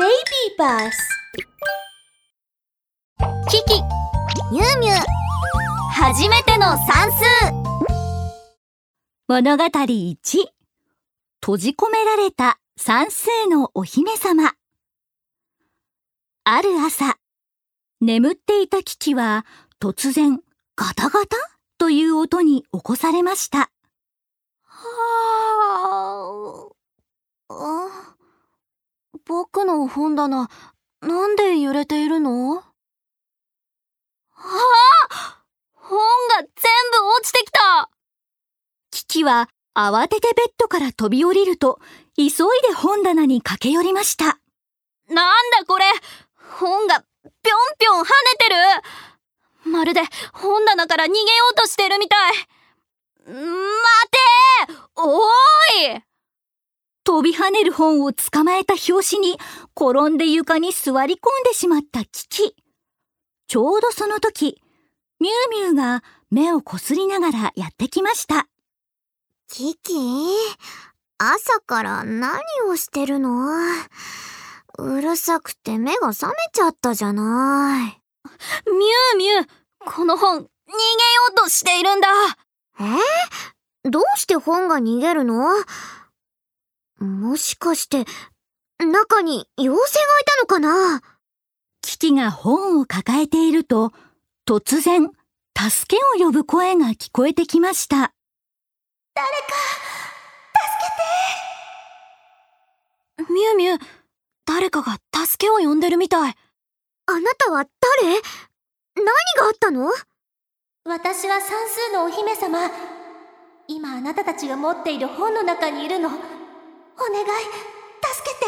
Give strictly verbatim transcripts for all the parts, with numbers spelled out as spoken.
ベイビーバス。 キキ、ミュウミュウ、初めての算数。 物語いち、閉じ込められた算数のお姫様。ある朝、眠っていたキキは突然ガタガタという音に起こされました。 はあ、あ、僕の本棚、なんで揺れているの？ああ、本が全部落ちてきた。 キキは慌ててベッドから飛び降りると、急いで本棚に駆け寄りました。 なんだこれ、本がぴょんぴょん跳ねてる。まるで本棚から逃げようとしてるみたい。待てー、おーい。 飛び跳ねる本を捕まえた拍子に転んで床に座り込んでしまったキキ。ちょうどその時、ミュウミュウが目をこすりながらやってきました。 キキ、朝から何をしてるの？うるさくて目が覚めちゃったじゃない。 ミュウミュウ、この本逃げようとしているんだ。 え？どうして本が逃げるの？もしかして中に妖精がいたのかな？ キキが本を抱えていると、突然助けを呼ぶ声が聞こえてきました。 誰か助けて。ミュウミュウ、誰かが助けを呼んでるみたい。 あなたは誰？何があったの？ 私は算数のお姫様。今あなたたちが持っている本の中にいるの。お願い、助けて。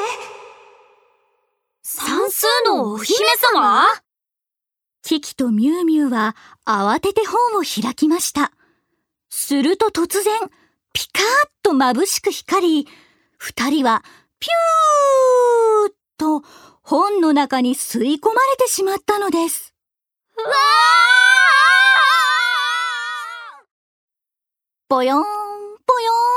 算数のお姫様？ キキとミュウミュウは慌てて本を開きました。すると突然、ピカーッと眩しく光り、二人はピューッと本の中に吸い込まれてしまったのです。 うわー！ ぽよーん、ぽよーん。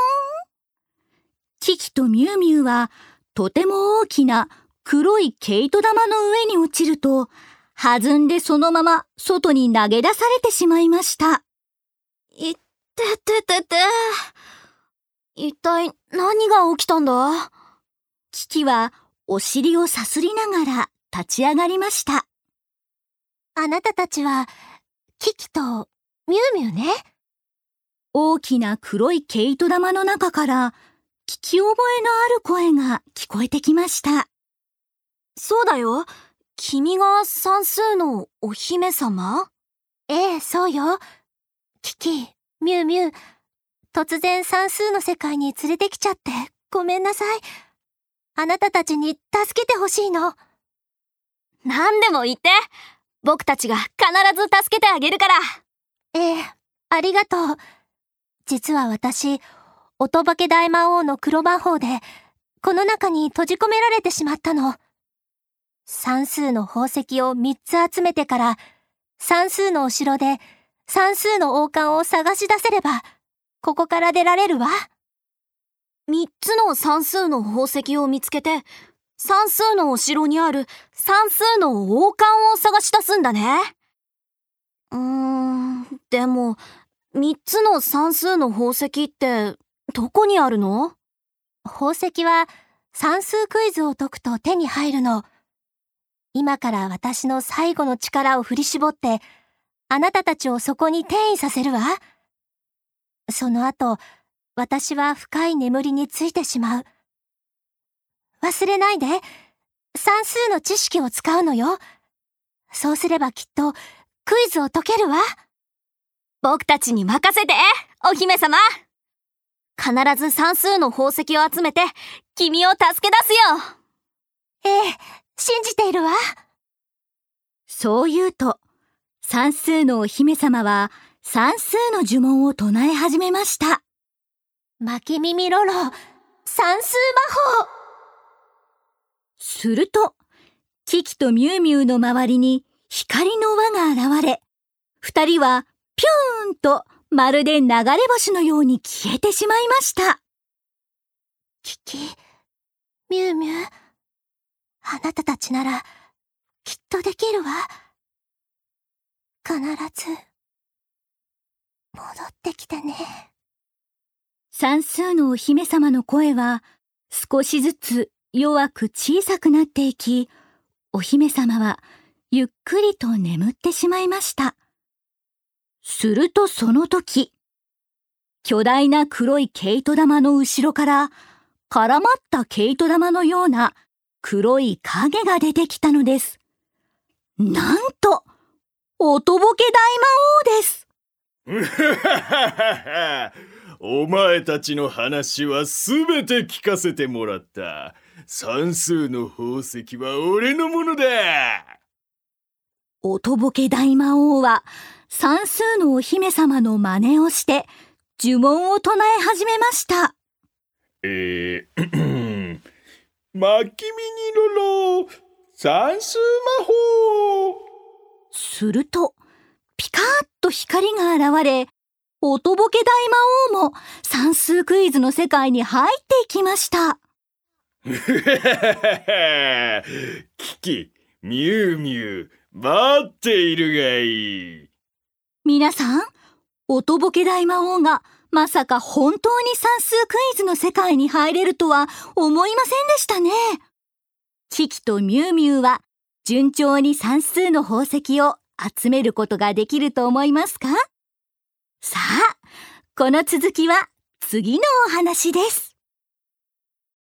キキとミュウミュウはとても大きな黒い毛糸玉の上に落ちると、弾んでそのまま外に投げ出されてしまいました。 いってててて。一体何が起きたんだ？ キキはお尻をさすりながら立ち上がりました。 あなたたちはキキとミュウミュウね。 大きな黒い毛糸玉の中から聞き覚えのある声が聞こえてきました。 そうだよ。君が算数のお姫様？ ええ、そうよ。キキ、ミュウミュウ、突然算数の世界に連れてきちゃってごめんなさい。あなたたちに助けてほしいの。 何でも言って。僕たちが必ず助けてあげるから。 ええ、ありがとう。実は私、音化け大魔王の黒魔法でこの中に閉じ込められてしまったの。算数の宝石をみっつ集めてから算数のお城で算数の王冠を探し出せればここから出られるわ。 みっつの算数の宝石を見つけて算数のお城にある算数の王冠を探し出すんだね。うーん、でもみっつの算数の宝石ってどこにあるの？ 宝石は算数クイズを解くと手に入るの。今から私の最後の力を振り絞ってあなたたちをそこに転移させるわ。その後、私は深い眠りについてしまう。忘れないで、算数の知識を使うのよ。そうすればきっとクイズを解けるわ。 僕たちに任せて、お姫様。必ず算数の宝石を集めて君を助け出すよ。 ええ、信じているわ。 そう言うと、算数のお姫様は算数の呪文を唱え始めました。 巻き耳ロロ、算数魔法。 すると、キキとミュウミュウの周りに光の輪が現れ、二人はピューンとまるで流れ星のように消えてしまいました。 キキ、ミュウミュウ、 あなたたちなら、きっとできるわ。必ず、戻ってきてね。 算数のお姫様の声は少しずつ弱く小さくなっていき、お姫様はゆっくりと眠ってしまいました。するとその時、巨大な黒い毛糸玉の後ろから絡まった毛糸玉のような黒い影が出てきたのです。なんと、おとぼけ大魔王です。 お前たちの話はすべて聞かせてもらった。算数の宝石は俺のものだ。 おとぼけ大魔王は算数のお姫様の真似をして呪文を唱え始めました。 えー、まきみにろろ算数魔法。 するとピカーッと光が現れ、おとぼけ大魔王も算数クイズの世界に入っていきました。 キキ、ミュウミュウ、待っているがいい。 皆さん、おとぼけ大魔王がまさか本当に算数クイズの世界に入れるとは思いませんでしたね。キキとミュウミュウは順調に算数の宝石を集めることができると思いますか？さあ、この続きは次のお話です。